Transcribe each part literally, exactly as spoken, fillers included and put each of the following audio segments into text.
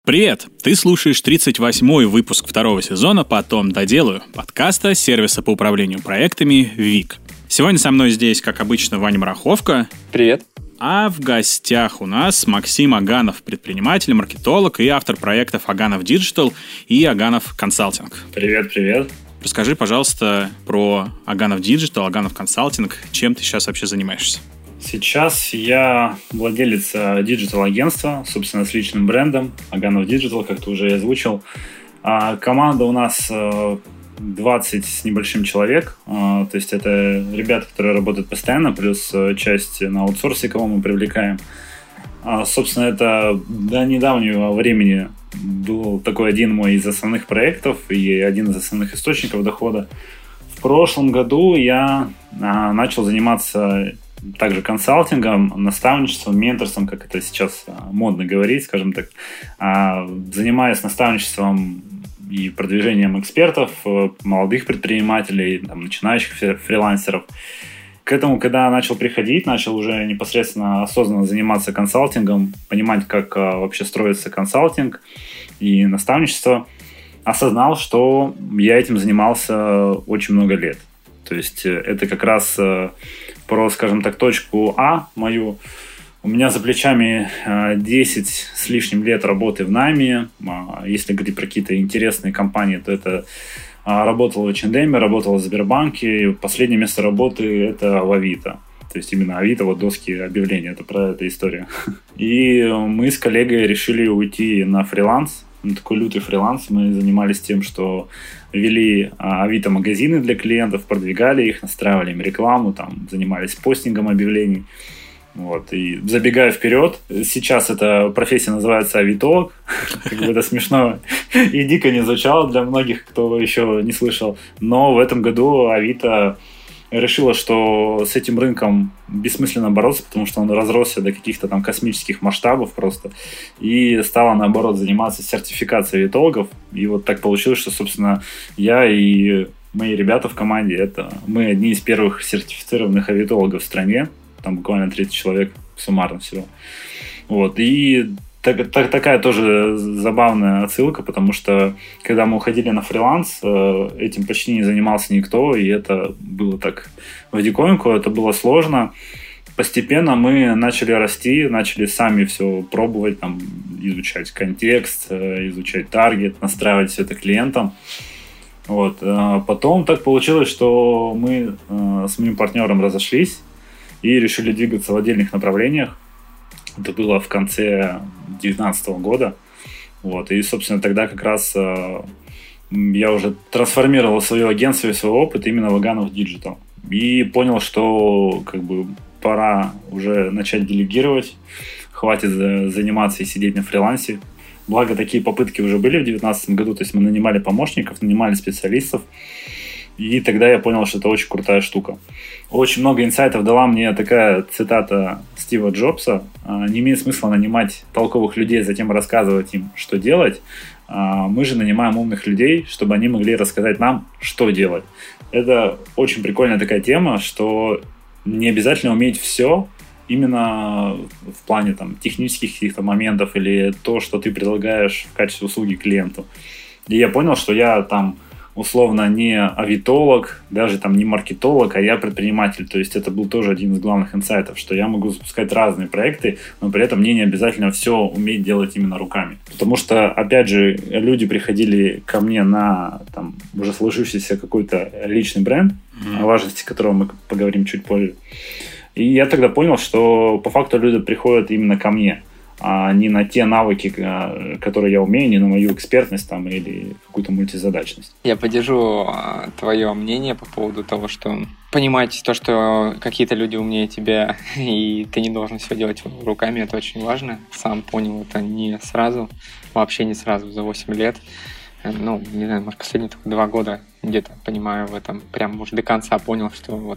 Привет! Ты слушаешь тридцать восьмой выпуск второго сезона «Потом доделаю» подкаста сервиса по управлению проектами Вик. Сегодня со мной здесь, как обычно, Ваня Мараховка. Привет! А в гостях у нас Максим Аганов, предприниматель, маркетолог и автор проектов Аганов Digital и Аганов Consulting. Привет, привет! Расскажи, пожалуйста, про Аганов Digital, Аганов Consulting. Чем ты сейчас вообще занимаешься? Сейчас я владелец диджитал-агентства, собственно, с личным брендом Аганов Digital, как ты уже озвучил. А команда у нас двадцать с небольшим человек, то есть это ребята, которые работают постоянно, плюс часть на аутсорсе, кого мы привлекаем. Собственно, это до недавнего времени был такой один мой из основных проектов и один из основных источников дохода. В прошлом году я начал заниматься также консалтингом, наставничеством, менторством, как это сейчас модно говорить, скажем так. Занимаюсь наставничеством и продвижением экспертов, молодых предпринимателей, там, начинающих фрилансеров. К этому, когда начал приходить, начал уже непосредственно осознанно заниматься консалтингом, понимать, как вообще строится консалтинг и наставничество, осознал, что я этим занимался очень много лет. То есть это как раз про, скажем так, точку А мою. У меня за плечами десять с лишним лет работы в найме. Если говорить про какие-то интересные компании, то это работал в эйч энд эм, работал в Сбербанке. Последнее место работы – это в Авито. То есть именно Авито, вот доски объявлений, это про эту историю. И мы с коллегой решили уйти на фриланс. Ну, такой лютый фриланс. Мы занимались тем, что вели Авито-магазины для клиентов, продвигали их, настраивали им рекламу, там, занимались постингом объявлений. Вот. И забегая вперед, сейчас эта профессия называется авитолог. Как бы это смешно и дико не звучало для многих, кто еще не слышал. Но в этом году Авито решила, что с этим рынком бессмысленно бороться, потому что он разросся до каких-то там космических масштабов просто, и стала, наоборот, заниматься сертификацией авитологов. И вот так получилось, что, собственно, я и мои ребята в команде, это мы одни из первых сертифицированных авитологов в стране, там буквально тридцать человек суммарно всего. Вот, и Так, так, такая тоже забавная отсылка, потому что когда мы уходили на фриланс, этим почти не занимался никто, и это было так в диковинку, это было сложно. Постепенно мы начали расти, начали сами все пробовать, там, изучать контекст, изучать таргет, настраивать все это клиентам. Вот. Потом так получилось, что мы с моим партнером разошлись и решили двигаться в отдельных направлениях. Это было в конце две тысячи девятнадцатого года. Вот. И, собственно, тогда как раз э, я уже трансформировал свое агентство и свой опыт именно в Аганов Digital. И понял, что как бы пора уже начать делегировать. Хватит заниматься и сидеть на фрилансе. Благо, такие попытки уже были в две тысячи девятнадцатом году. То есть мы нанимали помощников, нанимали специалистов. И тогда я понял, что это очень крутая штука. Очень много инсайтов дала мне такая цитата Стива Джобса. Не имеет смысла нанимать толковых людей, затем рассказывать им, что делать. Мы же нанимаем умных людей, чтобы они могли рассказать нам, что делать. Это очень прикольная такая тема, что не обязательно уметь все, именно в плане там, технических каких-то моментов или то, что ты предлагаешь в качестве услуги клиенту. И я понял, что я там условно не авитолог, даже там не маркетолог, а я предприниматель. То есть это был тоже один из главных инсайтов, что я могу запускать разные проекты, но при этом мне не обязательно все уметь делать именно руками. Потому что, опять же, люди приходили ко мне на там, уже сложившийся какой-то личный бренд, mm-hmm. о важности которого мы поговорим чуть позже. И я тогда понял, что по факту люди приходят именно ко мне, а не на те навыки, которые я умею, не на мою экспертность там, или какую-то мультизадачность. Я поддержу твое мнение по поводу того, что понимать то, что какие-то люди умнее тебя, и ты не должен все делать руками, это очень важно. Сам понял это не сразу, вообще не сразу, за восемь лет. Ну, не знаю, может, последние только два года где-то понимаю в этом. Прям уже до конца понял, что вот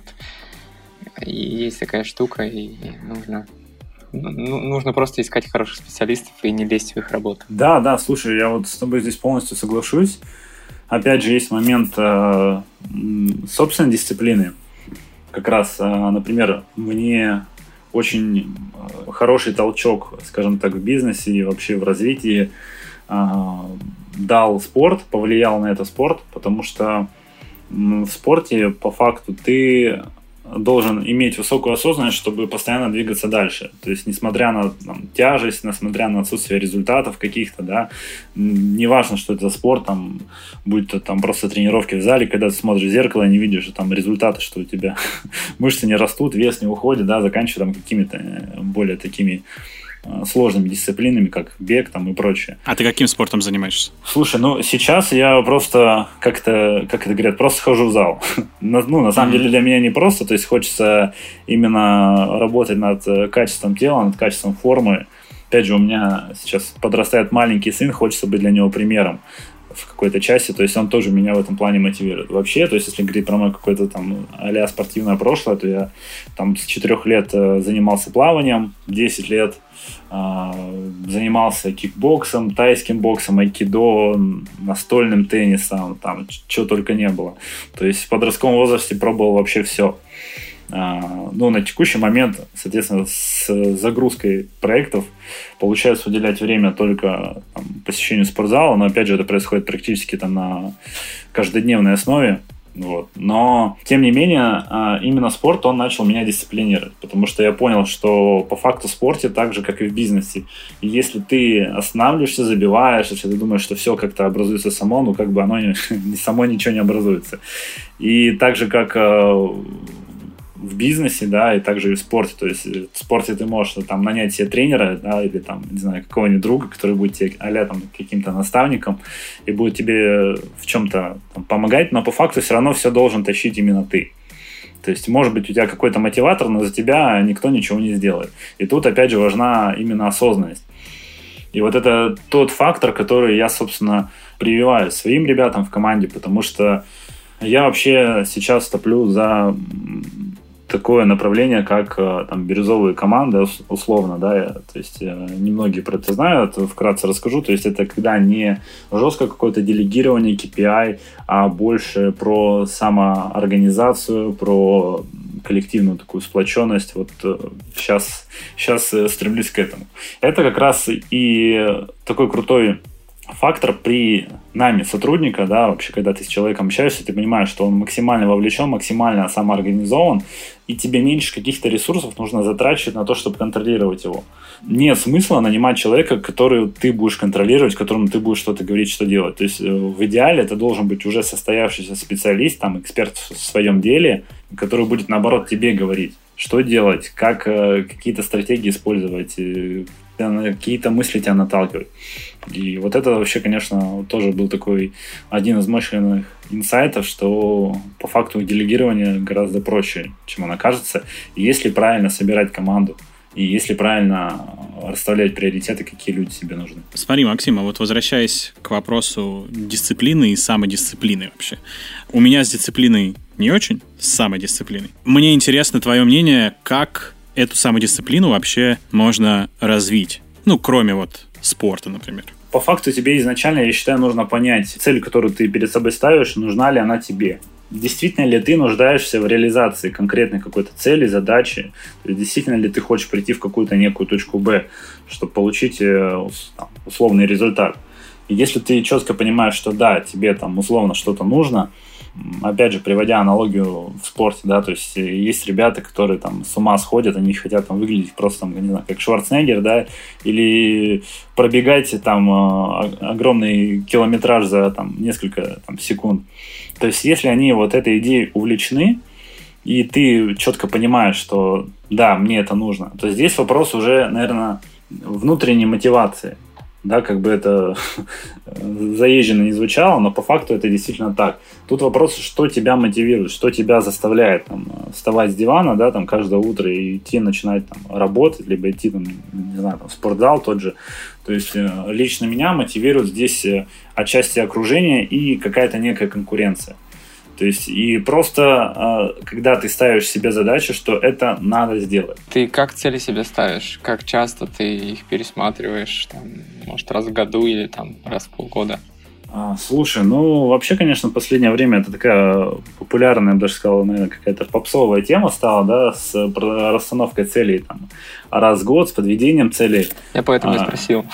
есть такая штука, и нужно... Ну, нужно просто искать хороших специалистов и не лезть в их работу. Да, да, слушай, я вот с тобой здесь полностью соглашусь. Опять же, есть момент э, собственной дисциплины. Как раз, э, например, мне очень хороший толчок, скажем так, в бизнесе и вообще в развитии дал спорт, повлиял на это спорт, потому что в спорте по факту ты должен иметь высокую осознанность, чтобы постоянно двигаться дальше. То есть, несмотря на там, тяжесть, несмотря на отсутствие результатов каких-то, да, неважно, что это за спорт, там, будь то там просто тренировки в зале, когда ты смотришь в зеркало и не видишь там результаты, что у тебя мышцы не растут, вес не уходит, да, заканчивая там какими-то более такими сложными дисциплинами, как бег там и прочее. А ты каким спортом занимаешься? Слушай, ну сейчас я просто, как-то, как это говорят, просто хожу в зал. Ну, на самом mm-hmm. деле для меня не просто, то есть хочется именно работать над качеством тела, над качеством формы. Опять же, у меня сейчас подрастает маленький сын, хочется быть для него примером в какой-то части, то есть он тоже меня в этом плане мотивирует. Вообще, то есть если говорить про мое какое-то там а-ля спортивное прошлое, то я там с четырех лет занимался плаванием, десять лет э, занимался кикбоксом, тайским боксом, айкидо, настольным теннисом, там чего только не было. То есть в подростковом возрасте пробовал вообще все. Ну, на текущий момент, соответственно, с загрузкой проектов получается уделять время только там, посещению спортзала, но, опять же, это происходит практически там, на каждодневной основе. Вот. Но, тем не менее, именно спорт, он начал меня дисциплинировать, потому что я понял, что по факту в спорте так же, как и в бизнесе, если ты останавливаешься, забиваешь, если ты думаешь, что все как-то образуется само, ну, как бы оно не, само ничего не образуется. И так же, как в бизнесе, да, и также и в спорте. То есть в спорте ты можешь там нанять себе тренера, да, или там, не знаю, какого-нибудь друга, который будет тебе а-ля там каким-то наставником и будет тебе в чем-то там, помогать, но по факту все равно все должен тащить именно ты. То есть, может быть, у тебя какой-то мотиватор, но за тебя никто ничего не сделает. И тут, опять же, важна именно осознанность. И вот это тот фактор, который я, собственно, прививаю своим ребятам в команде, потому что я вообще сейчас топлю за такое направление, как там бирюзовые команды, условно, да, то есть немногие про это знают, вкратце расскажу, то есть это когда не жесткое какое-то делегирование кей пи ай, а больше про самоорганизацию, про коллективную такую сплоченность, вот сейчас, сейчас стремлюсь к этому. Это как раз и такой крутой фактор при найме сотрудника, да, вообще, когда ты с человеком общаешься, ты понимаешь, что он максимально вовлечен, максимально самоорганизован, и тебе меньше каких-то ресурсов нужно затрачивать на то, чтобы контролировать его. Нет смысла нанимать человека, который ты будешь контролировать, которому ты будешь что-то говорить, что делать. То есть в идеале это должен быть уже состоявшийся специалист, там, эксперт в своем деле, который будет, наоборот, тебе говорить, что делать, как какие-то стратегии использовать, какие-то мысли тебя наталкивать. И вот это вообще, конечно, тоже был такой один из мощных инсайтов, что по факту делегирование гораздо проще, чем оно кажется, если правильно собирать команду. И если правильно расставлять приоритеты, какие люди тебе нужны. Смотри, Максим, а вот возвращаясь к вопросу дисциплины и самодисциплины вообще. У меня с дисциплиной не очень, с самодисциплиной. Мне интересно твое мнение, как эту самодисциплину вообще можно развить? Ну, кроме вот спорта, например. По факту тебе изначально, я считаю, нужно понять цель, которую ты перед собой ставишь, нужна ли она тебе. Действительно ли ты нуждаешься в реализации конкретной какой-то цели, задачи? То есть, действительно ли ты хочешь прийти в какую-то некую точку Б, чтобы получить там, условный результат? И если ты четко понимаешь, что да, тебе там условно что-то нужно, опять же, приводя аналогию в спорте, да, то есть есть ребята, которые там с ума сходят, они хотят там выглядеть просто, там, не знаю, как Шварценеггер, да, или пробегать там огромный километраж за там несколько там, секунд. То есть если они вот этой идеей увлечены, и ты четко понимаешь, что да, мне это нужно, то здесь вопрос уже, наверное, внутренней мотивации. Да, как бы это заезженно не звучало, но по факту это действительно так. Тут вопрос, что тебя мотивирует, что тебя заставляет там, вставать с дивана, да, там, каждое утро и идти начинать там, работать, либо идти там, не знаю, там, в спортзал тот же. То есть лично меня мотивирует здесь отчасти окружение и какая-то некая конкуренция. То есть и просто, когда ты ставишь себе задачу, что это надо сделать. Ты как цели себе ставишь? Как часто ты их пересматриваешь? Там, может, раз в году или там, раз в полгода? А, слушай, ну, вообще, конечно, в последнее время это такая популярная, я бы даже сказал, наверное, какая-то попсовая тема стала, да, с расстановкой целей там, раз в год, с подведением целей. Я поэтому и спросил.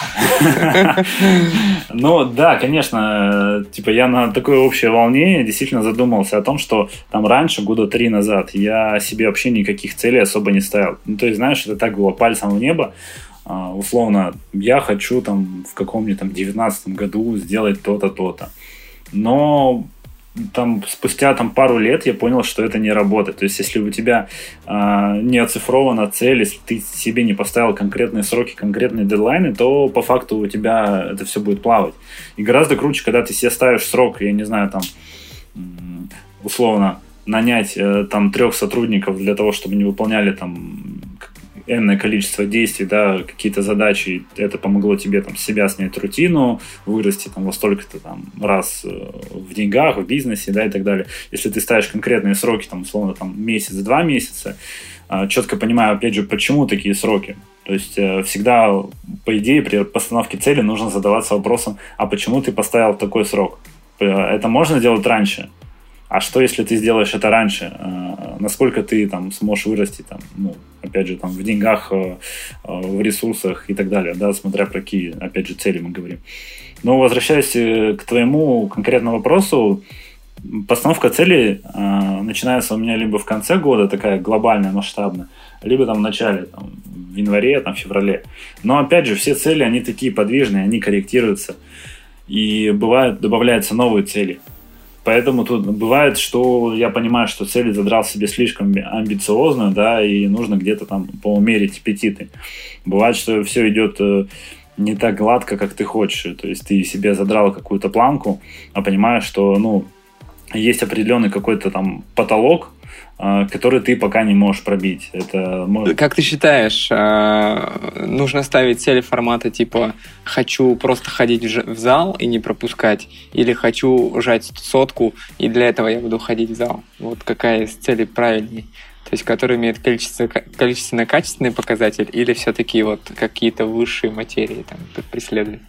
Ну, да, конечно, типа я на такое общее волнение действительно задумался о том, что там раньше, года три назад, я себе вообще никаких целей особо не ставил. Ну, то есть, знаешь, это так было пальцем в небо. Uh, условно, я хочу там в каком-нибудь там девятнадцатом году сделать то-то, то-то. Но там спустя там пару лет я понял, что это не работает. То есть, если у тебя uh, не оцифрована цель, если ты себе не поставил конкретные сроки, конкретные дедлайны, то по факту у тебя это все будет плавать. И гораздо круче, когда ты себе ставишь срок, я не знаю, там, условно, нанять там трех сотрудников для того, чтобы они выполняли там энное количество действий, да, какие-то задачи, это помогло тебе там с себя снять рутину, вырасти там во столько-то там раз в деньгах, в бизнесе, да, и так далее. Если ты ставишь конкретные сроки, там, условно, там, месяц-два месяца, четко понимаю, опять же, почему такие сроки. То есть всегда, по идее, при постановке цели нужно задаваться вопросом, а почему ты поставил такой срок? Это можно делать раньше? А что, если ты сделаешь это раньше? Насколько ты там сможешь вырасти, там, ну, опять же, там, в деньгах, в ресурсах и так далее, да, смотря про какие, опять же, цели мы говорим. Но возвращаясь к твоему конкретному вопросу, постановка цели начинается у меня либо в конце года, такая глобальная, масштабная, либо там в начале, там, в январе, там, в феврале. Но, опять же, все цели, они такие подвижные, они корректируются. И бывают, добавляются новые цели. Поэтому тут бывает, что я понимаю, что цель задрал себе слишком амбициозную, да, и нужно где-то там поумерить аппетиты. Бывает, что все идет не так гладко, как ты хочешь. То есть ты себе задрал какую-то планку, а понимаешь, что, ну, есть определенный какой-то там потолок, который ты пока не можешь пробить. Это может... Как ты считаешь, нужно ставить цели формата типа «хочу просто ходить в зал и не пропускать» или «хочу жать сотку, и для этого я буду ходить в зал»? Вот какая из целей правильней? То есть, который имеет количество, количественно-качественный показатель или все-таки вот какие-то высшие материи там преследуют?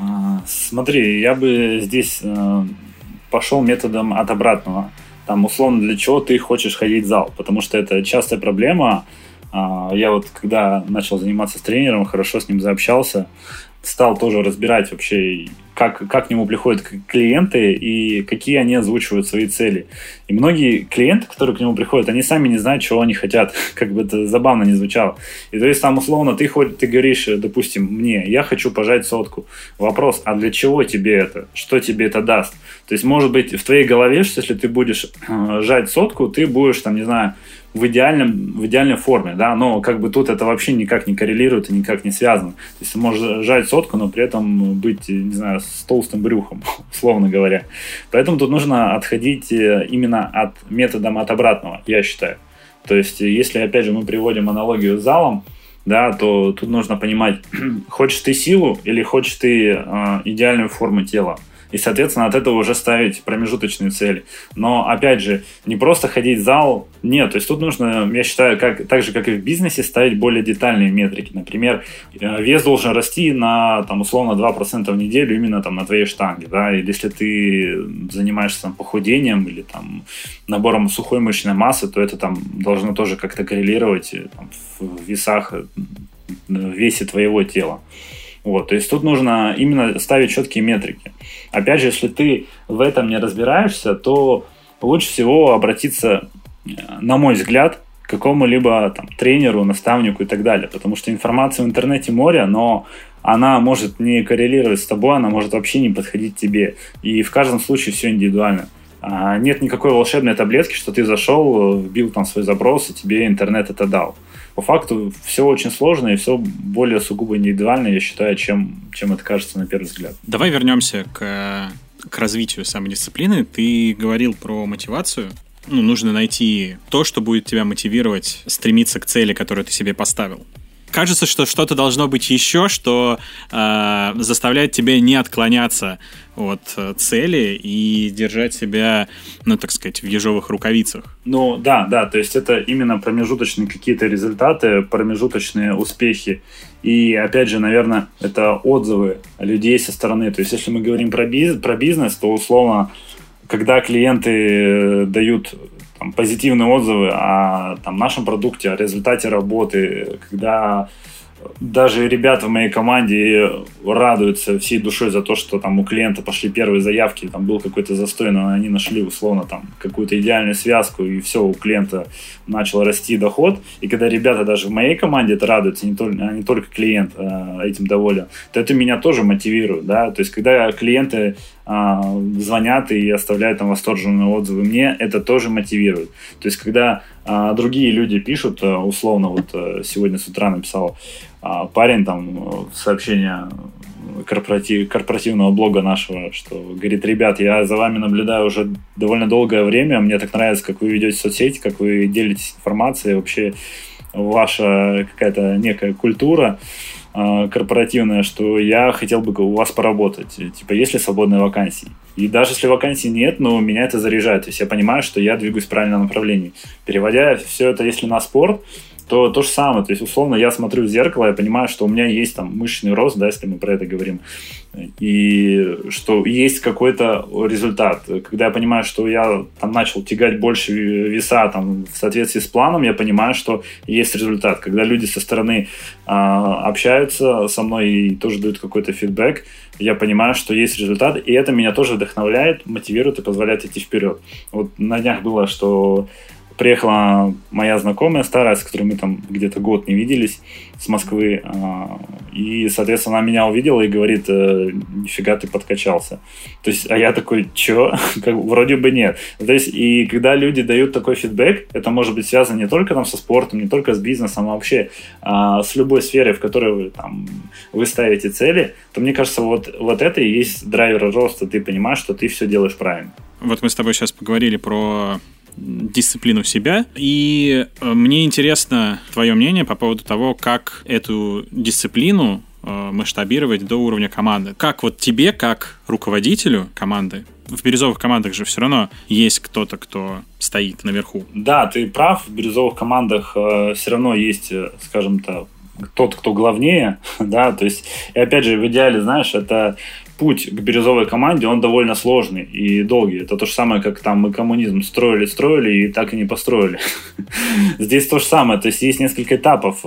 Смотри, я бы здесь пошел методом от обратного. Там, условно, для чего ты хочешь ходить в зал, потому что это частая проблема. Я вот, когда начал заниматься с тренером, хорошо с ним заобщался, стал тоже разбирать вообще, как, как к нему приходят клиенты и какие они озвучивают свои цели. И многие клиенты, которые к нему приходят, они сами не знают, чего они хотят, как бы это забавно не звучало. И то есть там условно ты, ты говоришь, допустим, мне, я хочу пожать сотку. Вопрос, а для чего тебе это? Что тебе это даст? То есть может быть в твоей голове, что если ты будешь э, жать сотку, ты будешь там, не знаю, в, идеальном, в идеальной форме, да, но как бы тут это вообще никак не коррелирует и никак не связано. То есть ты можешь жать сотку, но при этом быть, не знаю, с толстым брюхом, условно говоря. Поэтому тут нужно отходить именно от методом от обратного, я считаю. То есть если, опять же, мы приводим аналогию с залом, да, то тут нужно понимать, хочешь ты силу или хочешь ты э, идеальную форму тела. И, соответственно, от этого уже ставить промежуточные цели. Но, опять же, не просто ходить в зал, нет. То есть тут нужно, я считаю, как, так же, как и в бизнесе, ставить более детальные метрики. Например, вес должен расти на, там, условно, два процента в неделю именно там, на твоей штанге. Да? Или если ты занимаешься там, похудением или там, набором сухой мышечной массы, то это там, должно тоже как-то коррелировать там, в весах, в весе твоего тела. Вот, то есть тут нужно именно ставить четкие метрики. Опять же, если ты в этом не разбираешься, то лучше всего обратиться, на мой взгляд, к какому-либо там, тренеру, наставнику и так далее. Потому что информация в интернете море, но она может не коррелировать с тобой, она может вообще не подходить тебе. И в каждом случае все индивидуально. А нет никакой волшебной таблетки, что ты зашел, вбил там свой запрос, и тебе интернет это дал. По факту все очень сложно и все более сугубо индивидуально, я считаю, чем, чем это кажется на первый взгляд. Давай вернемся к, к развитию самодисциплины. Ты говорил про мотивацию. Ну, нужно найти то, что будет тебя мотивировать стремиться к цели, которую ты себе поставил. кажется, что что-то должно быть еще, что э, заставляет тебя не отклоняться от э, цели и держать себя, ну, так сказать, в ежовых рукавицах. Ну, да, да, то есть это именно промежуточные какие-то результаты, промежуточные успехи. И, опять же, наверное, это отзывы людей со стороны. То есть если мы говорим про, биз- про бизнес, то, условно, когда клиенты дают там, позитивные отзывы о там, нашем продукте, о результате работы, когда даже ребята в моей команде радуются всей душой за то, что там у клиента пошли первые заявки, там был какой-то застой, но они нашли условно там какую-то идеальную связку, и все, у клиента начал расти доход. И когда ребята даже в моей команде это радуются, не только, не только клиент а, этим доволен, то это меня тоже мотивирует, да, то есть когда клиенты а, звонят и оставляют там восторженные отзывы, мне это тоже мотивирует. То есть когда а, другие люди пишут, условно, вот сегодня с утра написал а, парень там сообщение корпоратив, корпоративного блога нашего, что говорит: ребят, я за вами наблюдаю уже довольно долгое время, мне так нравится, как вы ведете соцсети, как вы делитесь информацией, вообще ваша какая-то некая культура э, корпоративная, что я хотел бы у вас поработать. Типа, есть ли свободные вакансии? И даже если вакансий нет, но меня это заряжает. То есть я понимаю, что я двигаюсь в правильном направлении. Переводя все это, если на спорт, то то же самое. То есть, условно, я смотрю в зеркало, я понимаю, что у меня есть там мышечный рост, да, если мы про это говорим, и что есть какой-то результат. Когда я понимаю, что я там начал тягать больше веса там, в соответствии с планом, я понимаю, что есть результат. Когда люди со стороны а, общаются со мной и тоже дают какой-то фидбэк, я понимаю, что есть результат, и это меня тоже вдохновляет, мотивирует и позволяет идти вперед. Вот на днях было, что приехала моя знакомая старая, с которой мы там где-то год не виделись, с Москвы. И, соответственно, она меня увидела и говорит: нифига ты подкачался. То есть, а я такой: чё? Вроде бы нет. То есть, и когда люди дают такой фидбэк, это может быть связано не только там со спортом, не только с бизнесом, а вообще а, с любой сферой, в которой вы, там, вы ставите цели, то, мне кажется, вот, вот это и есть драйвер роста. Ты понимаешь, что ты все делаешь правильно. Вот мы с тобой сейчас поговорили про дисциплину себя, и мне интересно твое мнение по поводу того, как эту дисциплину масштабировать до уровня команды. Как вот тебе, как руководителю команды, в бирюзовых командах же все равно есть кто-то, кто стоит наверху. Да, ты прав, в бирюзовых командах э, все равно есть, скажем так, тот, кто главнее, да, то есть, и опять же, в идеале, знаешь, это путь к бирюзовой команде, он довольно сложный и долгий. Это то же самое, как там мы коммунизм строили-строили и так и не построили. Здесь то же самое. То есть есть несколько этапов,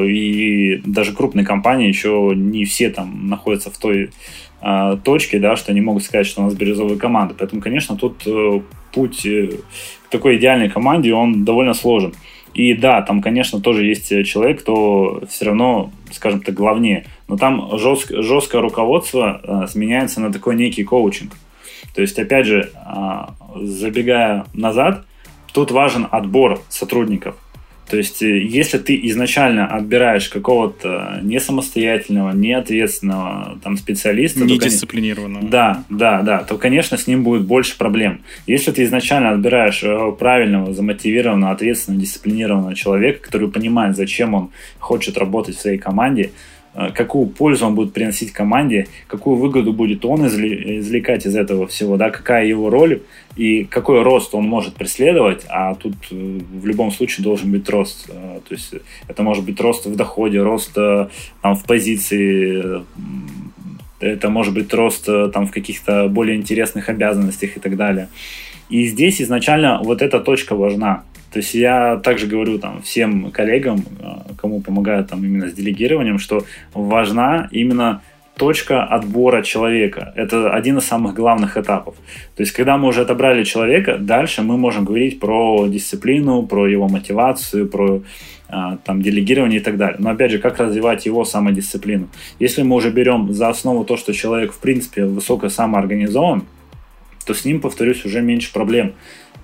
и даже крупные компании еще не все там находятся в той э, точке, да, что они могут сказать, что у нас бирюзовая команда. Поэтому, конечно, тут э, путь к такой идеальной команде, он довольно сложен. И да, там, конечно, тоже есть человек, кто все равно, скажем так, главнее. Но там жестко, жесткое руководство э, сменяется на такой некий коучинг. То есть, опять же, э, забегая назад, тут важен отбор сотрудников. То есть, если ты изначально отбираешь какого-то не самостоятельного, не ответственного там, специалиста... Недисциплинированного. Да, да, да, то, конечно, с ним будет больше проблем. Если ты изначально отбираешь правильного, замотивированного, ответственного, дисциплинированного человека, который понимает, зачем он хочет работать в своей команде, какую пользу он будет приносить команде, какую выгоду будет он извлекать из этого всего, да, какая его роль и какой рост он может преследовать, а тут в любом случае должен быть рост. То есть это может быть рост в доходе, рост там, в позиции, это может быть рост там, в каких-то более интересных обязанностях и так далее. И здесь изначально вот эта точка важна. То есть я также говорю там, всем коллегам, кому помогают там, именно с делегированием, что важна именно точка отбора человека. Это один из самых главных этапов. То есть когда мы уже отобрали человека, дальше мы можем говорить про дисциплину, про его мотивацию, про там, делегирование и так далее. Но опять же, как развивать его самодисциплину? Если мы уже берем за основу то, что человек в принципе высоко самоорганизован, то с ним, повторюсь, уже меньше проблем.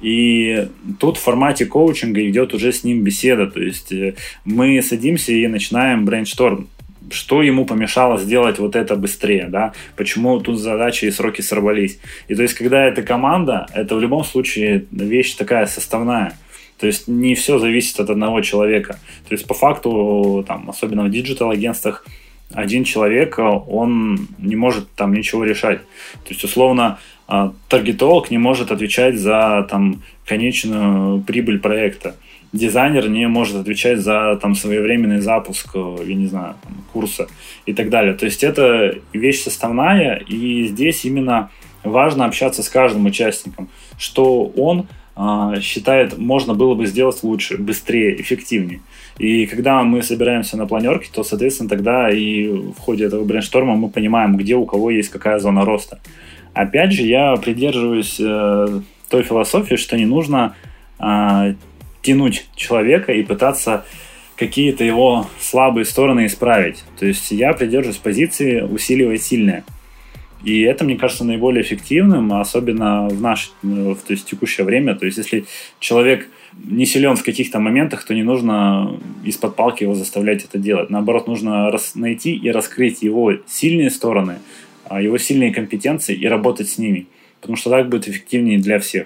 И тут в формате коучинга идет уже с ним беседа, то есть мы садимся и начинаем брейншторм, что ему помешало сделать вот это быстрее, да, почему тут задачи и сроки сорвались. И то есть, когда это команда, это в любом случае вещь такая составная. То есть не все зависит от одного человека. То есть по факту, там, особенно в диджитал-агентствах, один человек, он не может там ничего решать. То есть, условно, таргетолог не может отвечать за там конечную прибыль проекта. Дизайнер не может отвечать за там своевременный запуск, я не знаю, там, курса и так далее. То есть это вещь составная, и здесь именно важно общаться с каждым участником, что он э, считает, можно было бы сделать лучше, быстрее, эффективнее. И когда мы собираемся на планерке, то, соответственно, тогда и в ходе этого брейншторма мы понимаем, где у кого есть какая зона роста. Опять же, я придерживаюсь э, той философии, что не нужно э, тянуть человека и пытаться какие-то его слабые стороны исправить. То есть я придерживаюсь позиции усиливать сильное. И это, мне кажется, наиболее эффективным, особенно в наше, то есть, текущее время. То есть если человек не силен в каких-то моментах, то не нужно из-под палки его заставлять это делать. Наоборот, нужно рас- найти и раскрыть его сильные стороны, его сильные компетенции и работать с ними. Потому что так будет эффективнее для всех.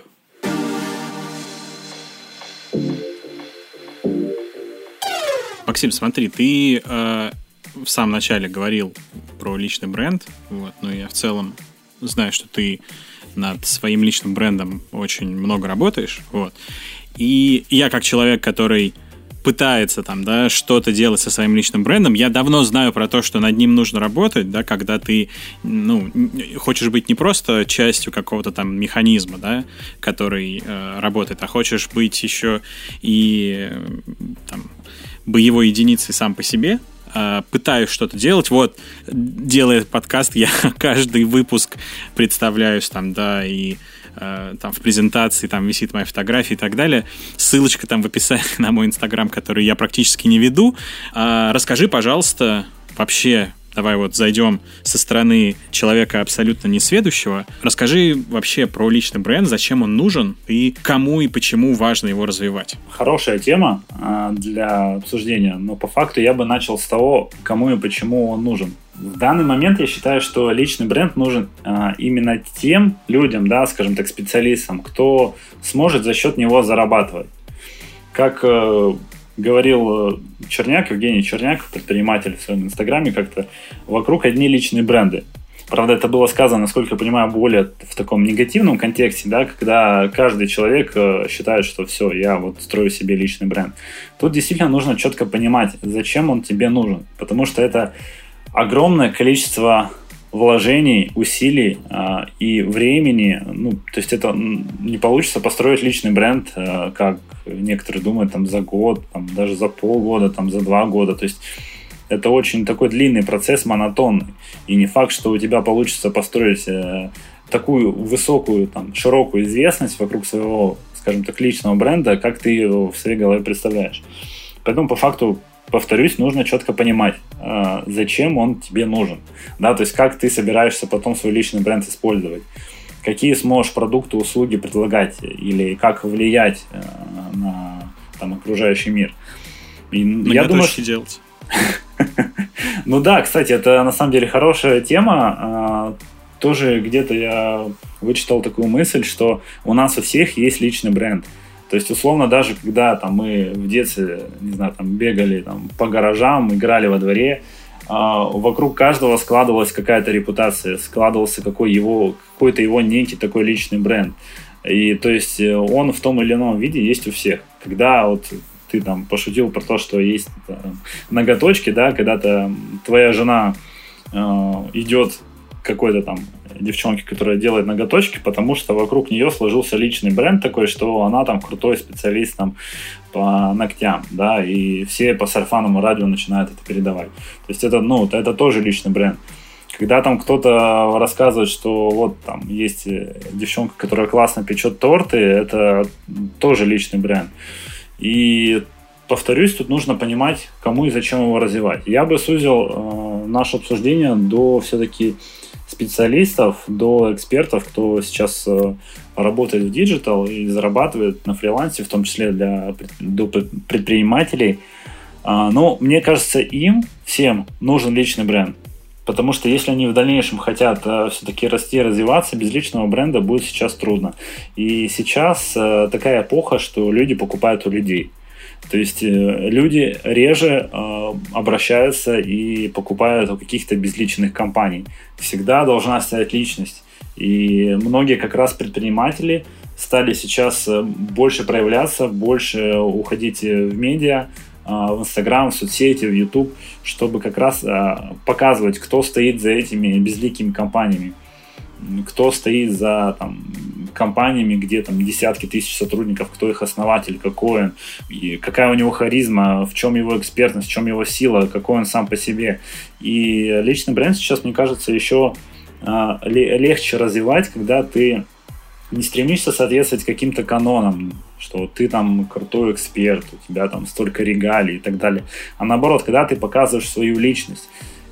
Максим, смотри, ты э, в самом начале говорил про личный бренд, вот, ну я в целом знаю, что ты над своим личным брендом очень много работаешь, вот, и я как человек, который пытается там, да, что-то делать со своим личным брендом, я давно знаю про то, что над ним нужно работать, да, когда ты, ну, хочешь быть не просто частью какого-то там механизма, да, который э, работает, а хочешь быть еще и э, там боевой единицей сам по себе, э, пытаюсь что-то делать. Вот, делая подкаст, я каждый выпуск представляюсь там, да, и э, там в презентации там висит моя фотография и так далее. Ссылочка там в описании на мой Инстаграм, который я практически не веду. Э, расскажи, пожалуйста, вообще, давай вот зайдем со стороны человека абсолютно несведущего. Расскажи вообще про личный бренд, зачем он нужен и кому и почему важно его развивать. Хорошая тема э, для обсуждения, но по факту я бы начал с того, кому и почему он нужен. В данный момент я считаю, что личный бренд нужен э, именно тем людям, да, скажем так, специалистам, кто сможет за счет него зарабатывать. Как э, говорил Черняк, Евгений Черняк, предприниматель в своем инстаграме, как-то вокруг одни личные бренды. Правда, это было сказано, насколько я понимаю, более в таком негативном контексте, да, когда каждый человек считает, что все, я вот строю себе личный бренд. Тут действительно нужно четко понимать, зачем он тебе нужен, потому что это огромное количество вложений, усилий э, и времени. Ну, то есть это не получится построить личный бренд, э, как некоторые думают, там, за год, там, даже за полгода, там, за два года. То есть это очень такой длинный процесс, монотонный. И не факт, что у тебя получится построить э, такую высокую, там, широкую известность вокруг своего, скажем так, личного бренда, как ты его в своей голове представляешь. Поэтому по факту, повторюсь, нужно четко понимать, э, зачем он тебе нужен. Да, то есть как ты собираешься потом свой личный бренд использовать. Какие сможешь продукты, услуги предлагать или как влиять э, на там, окружающий мир. И ну, я думаю, что делать. Ну да, кстати, это на самом деле хорошая тема. Тоже где-то я вычитал такую мысль, что у нас у всех есть личный бренд. То есть, условно, даже когда там, мы в детстве, не знаю, там, бегали там, по гаражам, играли во дворе, вокруг каждого складывалась какая-то репутация, складывался какой его, какой-то его некий такой личный бренд. И то есть он в том или ином виде есть у всех. Когда вот ты там пошутил про то, что есть там, ноготочки, да, когда-то твоя жена э, идет к какой-то там девчонке, которая делает ноготочки, потому что вокруг нее сложился личный бренд такой, что она там крутой специалист там по ногтям, да, и все по сарафанному радио начинают это передавать. То есть это, ну, это тоже личный бренд. Когда там кто-то рассказывает, что вот там есть девчонка, которая классно печет торты, это тоже личный бренд. И повторюсь, тут нужно понимать, кому и зачем его развивать. Я бы сузил э, наше обсуждение до все-таки специалистов, до экспертов, кто сейчас э, работает в диджитал и зарабатывает на фрилансе, в том числе для до предпринимателей. Э, но мне кажется, им всем нужен личный бренд. Потому что если они в дальнейшем хотят э, все-таки расти и развиваться, без личного бренда будет сейчас трудно. И сейчас э, такая эпоха, что люди покупают у людей. То есть э, люди реже э, обращаются и покупают у каких-то безличных компаний. Всегда должна стоять личность. И многие как раз предприниматели стали сейчас больше проявляться, больше уходить в медиа, в Инстаграм, в соцсети, в Ютуб, чтобы как раз показывать, кто стоит за этими безликими компаниями, кто стоит за там, компаниями, где там десятки тысяч сотрудников, кто их основатель, какой он, и какая у него харизма, в чем его экспертность, в чем его сила, какой он сам по себе. И личный бренд сейчас, мне кажется, еще легче развивать, когда ты не стремишься соответствовать каким-то канонам, что ты там крутой эксперт, у тебя там столько регалий и так далее. А наоборот, когда ты показываешь свою личность,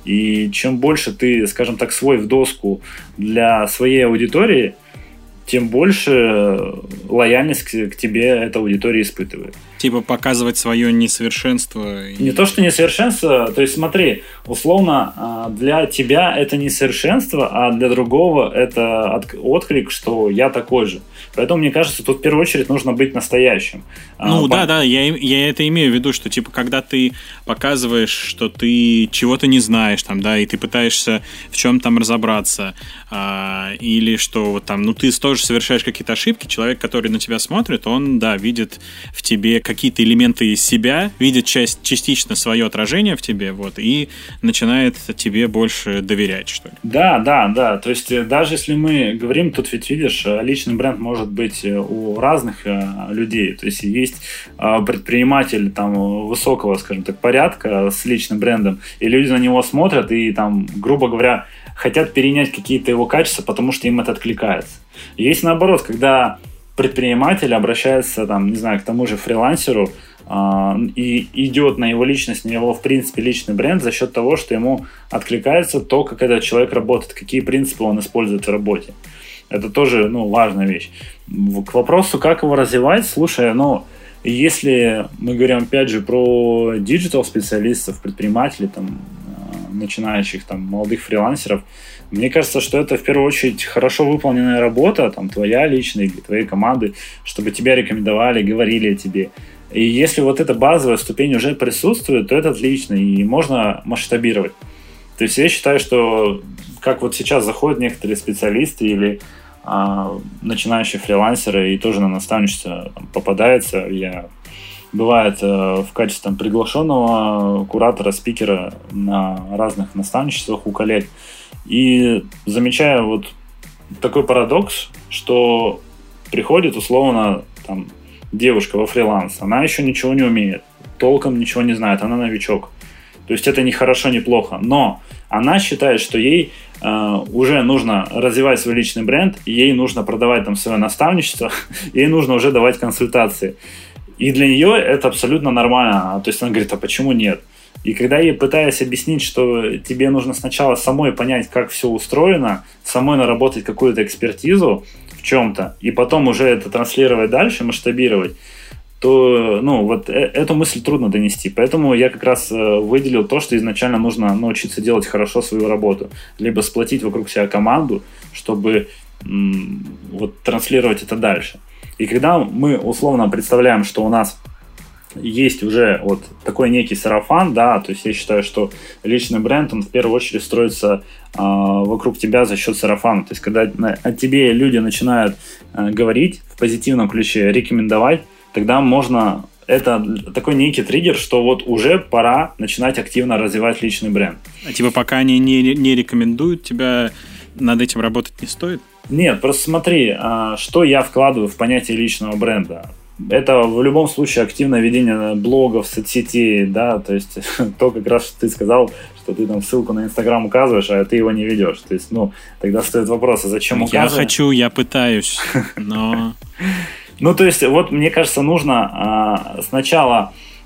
и чем больше ты, скажем так, свой в доску для своей аудитории, тем больше лояльность к, к тебе эта аудитория испытывает. Типа показывать свое несовершенство. Не то, что несовершенство, то есть смотри, условно, для тебя это несовершенство, а для другого это отклик, что я такой же. Поэтому, мне кажется, тут в первую очередь нужно быть настоящим. Ну а, да, по... да, я, я это имею в виду, что типа когда ты показываешь, что ты чего-то не знаешь, там, да, и ты пытаешься в чем там разобраться, а, или что вот там, ну ты тоже совершаешь какие-то ошибки, человек, который на тебя смотрит, он, да, видит в тебе какие-то элементы из себя, видит часть, частично свое отражение в тебе, вот, и начинает тебе больше доверять, что ли. Да, да, да, то есть даже если мы говорим, тут ведь, видишь, личный бренд может быть у разных людей, то есть есть предприниматель там высокого, скажем так, порядка с личным брендом, и люди на него смотрят и там, грубо говоря, хотят перенять какие-то его качества, потому что им это откликается. Есть наоборот, когда предприниматель обращается, там, не знаю, к тому же фрилансеру э, и идет на его личность, на его, в принципе, личный бренд за счет того, что ему откликается то, как этот человек работает, какие принципы он использует в работе. Это тоже, ну, важная вещь. К вопросу, как его развивать, слушай, ну, если мы говорим, опять же, про диджитал-специалистов, предпринимателей, там, начинающих, там, молодых фрилансеров, мне кажется, что это в первую очередь хорошо выполненная работа, там, твоя личная или твоей команды, чтобы тебя рекомендовали, говорили о тебе. И если вот эта базовая ступень уже присутствует, то это отлично, и можно масштабировать. То есть я считаю, что как вот сейчас заходят некоторые специалисты или а, начинающие фрилансеры и тоже на наставничество там, попадается, я... Бывает э, в качестве там, приглашенного куратора, спикера на разных наставничествах у коллег. И замечаю вот такой парадокс, что приходит условно там, девушка во фриланс, она еще ничего не умеет, толком ничего не знает, она новичок. То есть это не хорошо, не плохо, но она считает, что ей э, уже нужно развивать свой личный бренд, ей нужно продавать там свое наставничество, ей нужно уже давать консультации. И для нее это абсолютно нормально. То есть она говорит, а почему нет? И когда я ей пытаюсь объяснить, что тебе нужно сначала самой понять, как все устроено, самой наработать какую-то экспертизу в чем-то, и потом уже это транслировать дальше, масштабировать, то ну, вот эту мысль трудно донести. Поэтому я как раз выделил то, что изначально нужно научиться делать хорошо свою работу. Либо сплотить вокруг себя команду, чтобы м- вот, транслировать это дальше. И когда мы условно представляем, что у нас есть уже вот такой некий сарафан, да, то есть я считаю, что личный бренд, он в первую очередь строится э, вокруг тебя за счет сарафана. То есть когда о тебе люди начинают э, говорить в позитивном ключе, рекомендовать, тогда можно... Это такой некий триггер, что вот уже пора начинать активно развивать личный бренд. А типа пока они не, не рекомендуют, тебя над этим работать не стоит? Нет, просто смотри, что я вкладываю в понятие личного бренда. Это в любом случае активное ведение блогов, соцсетей, да, то есть то, как раз ты сказал, что ты там ссылку на Инстаграм указываешь, а ты его не ведешь. То есть, ну, тогда стоит вопрос, а зачем указывать? Я хочу, я пытаюсь, но... Ну, то есть, вот, мне кажется, нужно сначала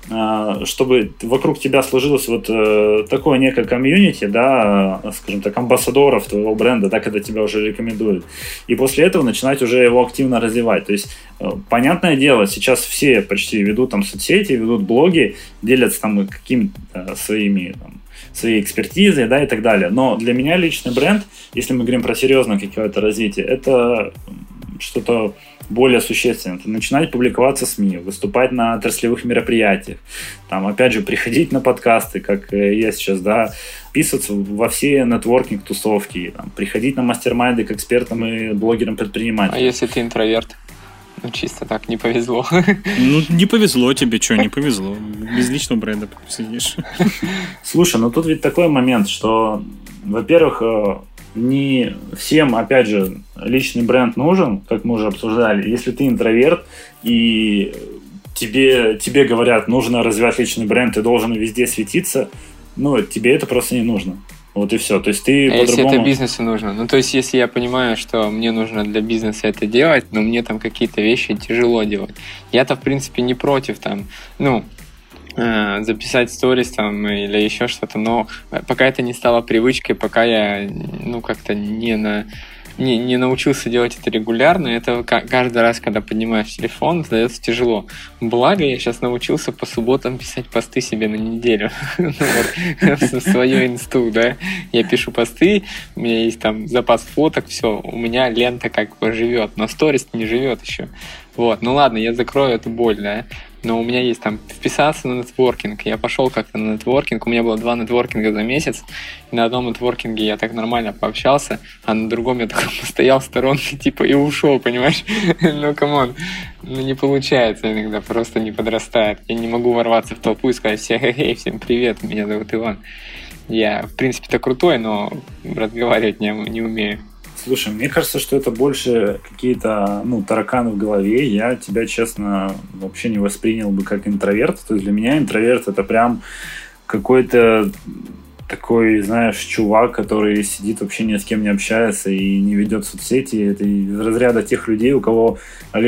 чтобы вокруг тебя сложилось вот такое некое комьюнити, да, скажем так, амбассадоров твоего бренда, да, когда тебя уже рекомендуют. И после этого начинать уже его активно развивать. То есть, понятное дело, сейчас все почти ведут там соцсети, ведут блоги, делятся там какими-то своими там, своей экспертизой, да, и так далее. Но для меня личный бренд, если мы говорим про серьезное какое-то развитие, это что-то более существенное. Это начинать публиковаться в СМИ, выступать на отраслевых мероприятиях, там, опять же, приходить на подкасты, как я сейчас, да, вписываться во все нетворкинг-тусовки, там, приходить на мастер-майнды к экспертам и блогерам-предпринимателям. А если ты интроверт? Ну, чисто так, не повезло. Ну, не повезло тебе, что, не повезло. Без личного бренда сидишь. Слушай, ну тут ведь такой момент, что, во-первых, не всем, опять же, личный бренд нужен, как мы уже обсуждали. Если ты интроверт, и тебе, тебе говорят, нужно развивать личный бренд, ты должен везде светиться, ну, тебе это просто не нужно. Вот и все. То есть ты а если это бизнесу нужно? Ну, то есть, если я понимаю, что мне нужно для бизнеса это делать, но мне там какие-то вещи тяжело делать. Я-то, в принципе, не против там, ну, э, записать сторис там или еще что-то, но пока это не стало привычкой, пока я, ну, как-то не на... Не, не научился делать это регулярно, это каждый раз, когда поднимаешь телефон, сдается тяжело. Благо, я сейчас научился по субботам писать посты себе на неделю. В свою инсту, да. Я пишу посты, у меня есть там запас фоток, все, у меня лента как бы живет, но сторис не живет еще. Вот, ну ладно, я закрою эту боль, да. Но у меня есть там вписаться на нетворкинг. Я пошел как-то на нетворкинг. У меня было два нетворкинга за месяц. И на одном нетворкинге я так нормально пообщался, а на другом я такой постоял в сторонке, типа, и ушел, понимаешь? Ну, камон. Ну, не получается иногда, просто не подрастает. Я не могу ворваться в толпу и сказать: хей, всем привет, меня зовут Иван. Я, в принципе-то крутой, но разговаривать не, не умею. Слушай, мне кажется, что это больше какие-то, ну, тараканы в голове. Я тебя, честно, вообще не воспринял бы как интроверт. То есть для меня интроверт — это прям какой-то такой, знаешь, чувак, который сидит, вообще ни с кем не общается и не ведет соцсети. Это из разряда тех людей, у кого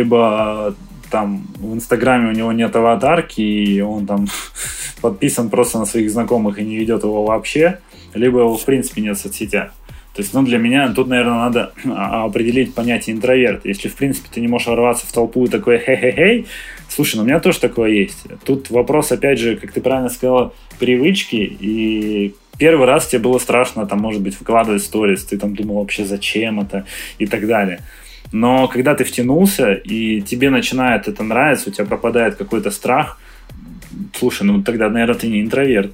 либо там в Инстаграме у него нет аватарки, и он там подписан просто на своих знакомых и не ведет его вообще, либо его в принципе нет в соцсетях. То есть, ну, для меня тут, наверное, надо определить понятие интроверт. Если, в принципе, ты не можешь ворваться в толпу и такой хей-хей-хей, слушай, ну, у меня тоже такое есть. Тут вопрос, опять же, как ты правильно сказала, привычки. И первый раз тебе было страшно, там, может быть, выкладывать сторис, ты там думал вообще, зачем это и так далее. Но когда ты втянулся, и тебе начинает это нравиться, у тебя пропадает какой-то страх, слушай, ну тогда, наверное, ты не интроверт.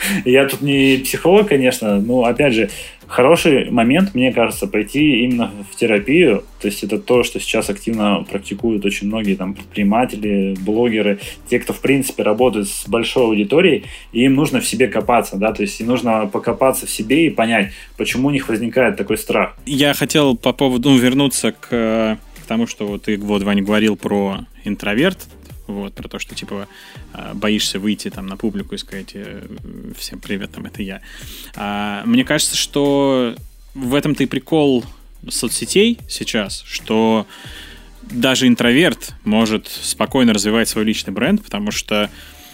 Я тут не психолог, конечно, но, опять же, хороший момент, мне кажется, пойти именно в терапию. То есть это то, что сейчас активно практикуют очень многие там предприниматели, блогеры, те, кто, в принципе, работает с большой аудиторией, и им нужно в себе копаться, да, то есть им нужно покопаться в себе и понять, почему у них возникает такой страх. Я хотел по поводу, ну, вернуться к, к тому, что вот ты, вот, Ваня, говорил про интроверт, вот, про то, что, типа, боишься выйти там на публику и сказать: всем привет, там, это я. А, мне кажется, что в этом-то и прикол соцсетей сейчас, что даже интроверт может спокойно развивать свой личный бренд, потому что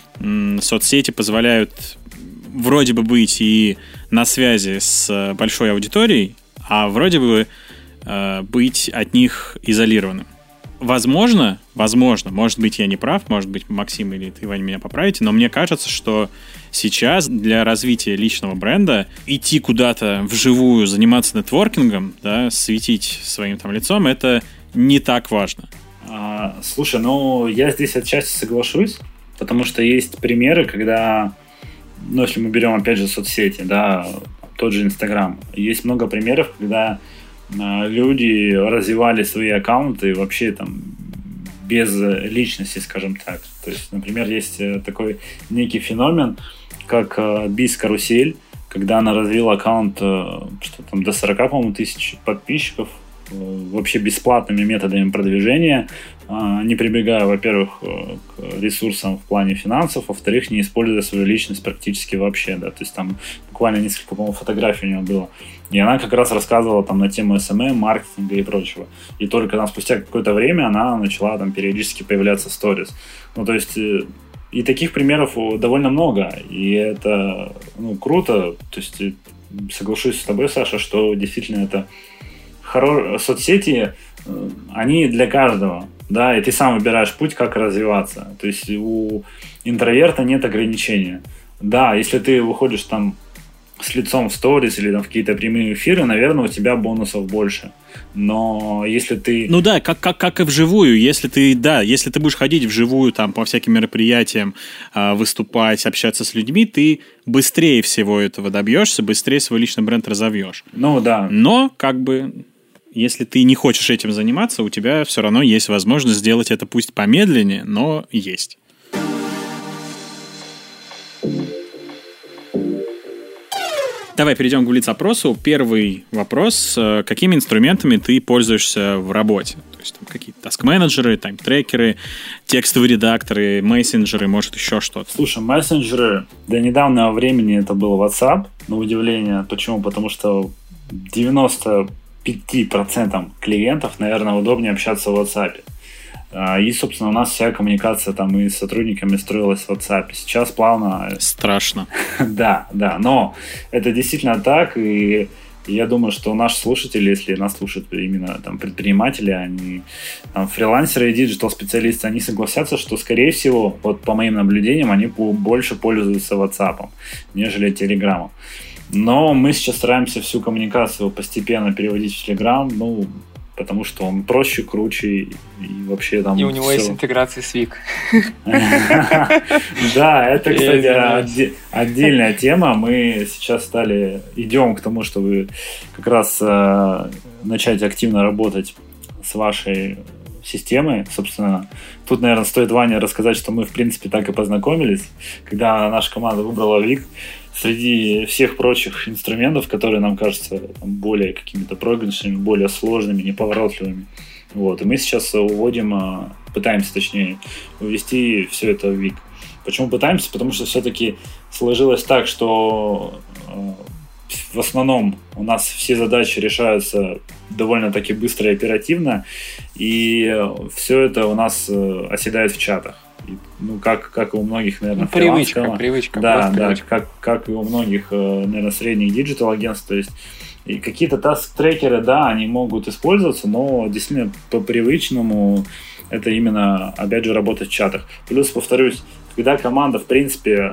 м, соцсети позволяют вроде бы быть и на связи с большой аудиторией, а вроде бы э, быть от них изолированным. Возможно, возможно, может быть, я не прав, может быть, Максим или ты, Ваня, меня поправите, но мне кажется, что сейчас для развития личного бренда идти куда-то вживую, заниматься нетворкингом, да, светить своим там лицом, это не так важно. А, слушай, ну, я здесь отчасти соглашусь, потому что есть примеры, когда, ну, если мы берем, опять же, соцсети, да, тот же Инстаграм, есть много примеров, когда люди развивали свои аккаунты вообще там без личности, скажем так. То есть, например, есть такой некий феномен, как Биз-карусель, когда она развила аккаунт, что там, до сорок, по-моему, тысяч подписчиков, вообще бесплатными методами продвижения, не прибегая, во-первых, к ресурсам в плане финансов, во-вторых, не используя свою личность практически вообще, да, то есть там буквально несколько, по-моему, фотографий у нее было, и она как раз рассказывала там на тему эс эм эм, маркетинга и прочего, и только там спустя какое-то время она начала там периодически появляться в сторис, ну, то есть и таких примеров довольно много. И это ну, круто. То есть соглашусь с тобой, Саша, что действительно это хоро... соцсети, они для каждого. Да, и ты сам выбираешь путь, как развиваться. То есть у интроверта нет ограничения. Да, если ты выходишь там с лицом в сторис или там в какие-то прямые эфиры, наверное, у тебя бонусов больше. Но если ты... Ну да, как, как, как и вживую. Если ты, да, если ты будешь ходить вживую там, по всяким мероприятиям, выступать, общаться с людьми, ты быстрее всего этого добьешься, быстрее свой личный бренд разовьешь. Ну да. Но как бы... Если ты не хочешь этим заниматься, у тебя все равно есть возможность сделать это пусть помедленнее, но есть. Давай перейдем к блиц-опросу. Первый вопрос. Какими инструментами ты пользуешься в работе? То есть там какие-то таск-менеджеры, тайм-трекеры, текстовые редакторы, мессенджеры, может, еще что-то? Слушай, мессенджеры до недавнего времени это был WhatsApp, на удивление. Почему? Потому что девяносто пять процентов клиентов, наверное, удобнее общаться в WhatsApp. И, собственно, у нас вся коммуникация там и с сотрудниками строилась в WhatsApp. Сейчас плавно... Страшно. Да, да, но это действительно так, и я думаю, что наши слушатели, если нас слушают именно там предприниматели, они там, фрилансеры и диджитал-специалисты, они согласятся, что, скорее всего, вот по моим наблюдениям, они больше пользуются WhatsApp, нежели Telegram. Но мы сейчас стараемся всю коммуникацию постепенно переводить в Telegram, ну, потому что он проще, круче и вообще там... И у него есть интеграция с Вик. Да, это, кстати, отдельная тема. Мы сейчас стали, идем к тому, чтобы как раз начать активно работать с вашей системой. Собственно, тут, наверное, стоит Ване рассказать, что мы, в принципе, так и познакомились, когда наша команда выбрала Вик. Среди всех прочих инструментов, которые нам кажутся там, более какими-то прогнущими, более сложными, неповоротливыми. Вот. И мы сейчас уводим, пытаемся, точнее, увести все это в Вик. Почему пытаемся? Потому что все-таки сложилось так, что в основном у нас все задачи решаются довольно-таки быстро и оперативно, и все это у нас оседает в чатах. Ну, как, как и у многих, наверное, ну, привычка, привычка. Да, да, привычка. Как, как и у многих, наверное, средних диджитал-агентств. То есть и какие-то таск-трекеры, да, они могут использоваться, но действительно по-привычному это именно, опять же, работать в чатах. Плюс, повторюсь, когда команда, в принципе,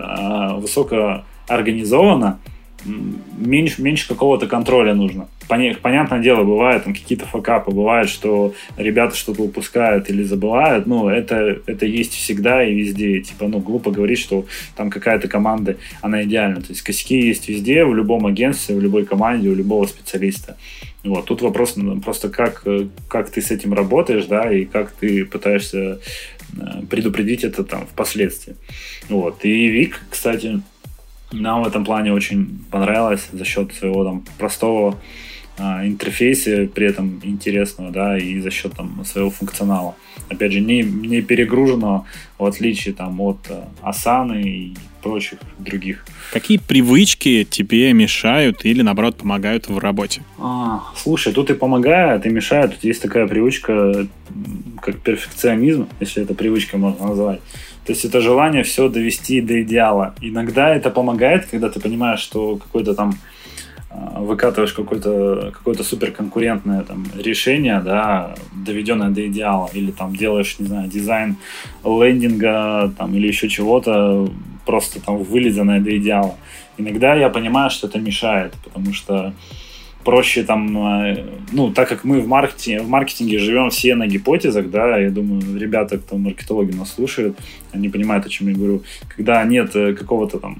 высокоорганизована, меньше, меньше какого-то контроля нужно. Понятное дело, бывают там какие-то факапы, бывает, что ребята что-то упускают или забывают, ну, это, это есть всегда и везде. Типа, ну, глупо говорить, что там какая-то команда, она идеальна. То есть косяки есть везде, в любом агентстве, в любой команде, у любого специалиста. Вот. Тут вопрос просто, как, как ты с этим работаешь, да, и как ты пытаешься предупредить это там впоследствии. Вот. И Вик, кстати, нам в этом плане очень понравилось за счет своего там простого а, интерфейса, при этом интересного, да, и за счет там своего функционала. Опять же, не, не перегруженного, в отличие там от Asana и прочих других. Какие привычки тебе мешают или, наоборот, помогают в работе? А, слушай, тут и помогает, и мешает. Тут есть такая привычка, как перфекционизм, если это привычкой можно назвать. То есть это желание все довести до идеала. Иногда это помогает, когда ты понимаешь, что какой-то там выкатываешь какое-то, какое-то суперконкурентное там решение, да, доведенное до идеала, или там делаешь, не знаю, дизайн лендинга там, или еще чего-то, просто там вылизанное до идеала. Иногда я понимаю, что это мешает, потому что проще там, ну, так как мы в маркетинге, в маркетинге живем все на гипотезах, да, я думаю, ребята, кто маркетологи нас слушают, они понимают, о чем я говорю. Когда нет какого-то там,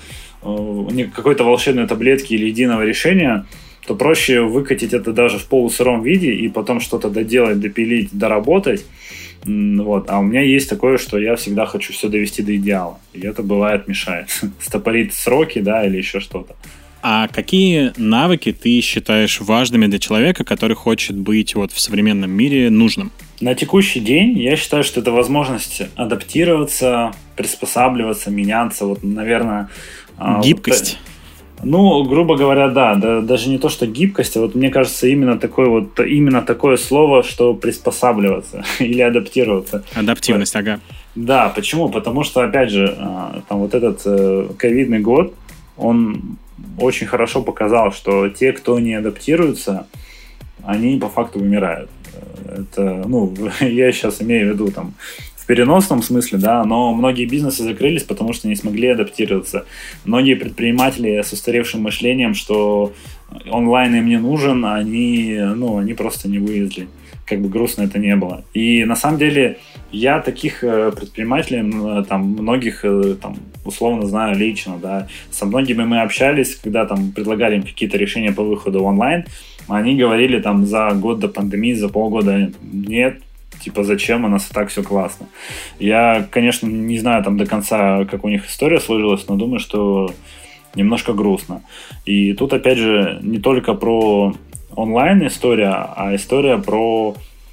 какой-то волшебной таблетки или единого решения, то проще выкатить это даже в полусыром виде и потом что-то доделать, допилить, доработать. Вот. А у меня есть такое, что я всегда хочу все довести до идеала. И это бывает мешает. Стопорить сроки, да, или еще что-то. А какие навыки ты считаешь важными для человека, который хочет быть вот в современном мире нужным? На текущий день я считаю, что это возможность адаптироваться, приспосабливаться, меняться. Вот, наверное... Гибкость? Вот, ну, грубо говоря, да, да. Даже не то, что гибкость, а вот мне кажется, именно такое вот, именно такое слово, что приспосабливаться или адаптироваться. Адаптивность, вот. Ага. Да, почему? Потому что, опять же, там вот этот ковидный год, он очень хорошо показал, что те, кто не адаптируется, они по факту вымирают. Это, ну, я сейчас имею в виду там в переносном смысле, да, но многие бизнесы закрылись, потому что не смогли адаптироваться. Многие предприниматели с устаревшим мышлением, что онлайн им не нужен, они, ну, они просто не вывезли. Как бы грустно это не было. И на самом деле я таких предпринимателей, там, многих, там, условно знаю лично, да, со многими мы общались, когда там предлагали им какие-то решения по выходу в онлайн, они говорили там за год до пандемии, за полгода, нет, типа зачем, у нас и так все классно. Я, конечно, не знаю там до конца, как у них история сложилась, но думаю, что немножко грустно. И тут, опять же, не только про онлайн история, а история про,